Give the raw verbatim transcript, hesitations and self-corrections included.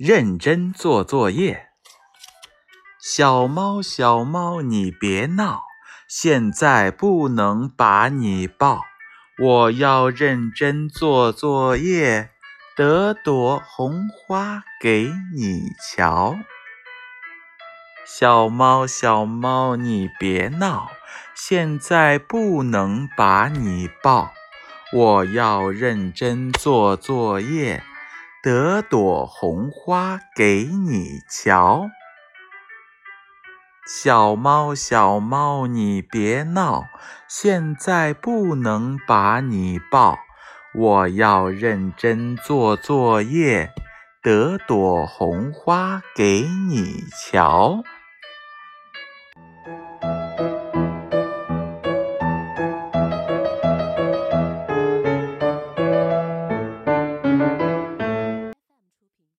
认真做作业。小猫小猫你别闹，现在不能把你抱，我要认真做作业，得朵红花给你瞧。小猫小猫你别闹，现在不能把你抱，我要认真做作业，得朵红花给你瞧。小猫小猫你别闹，现在不能把你抱，我要认真做作业，得朵红花给你瞧。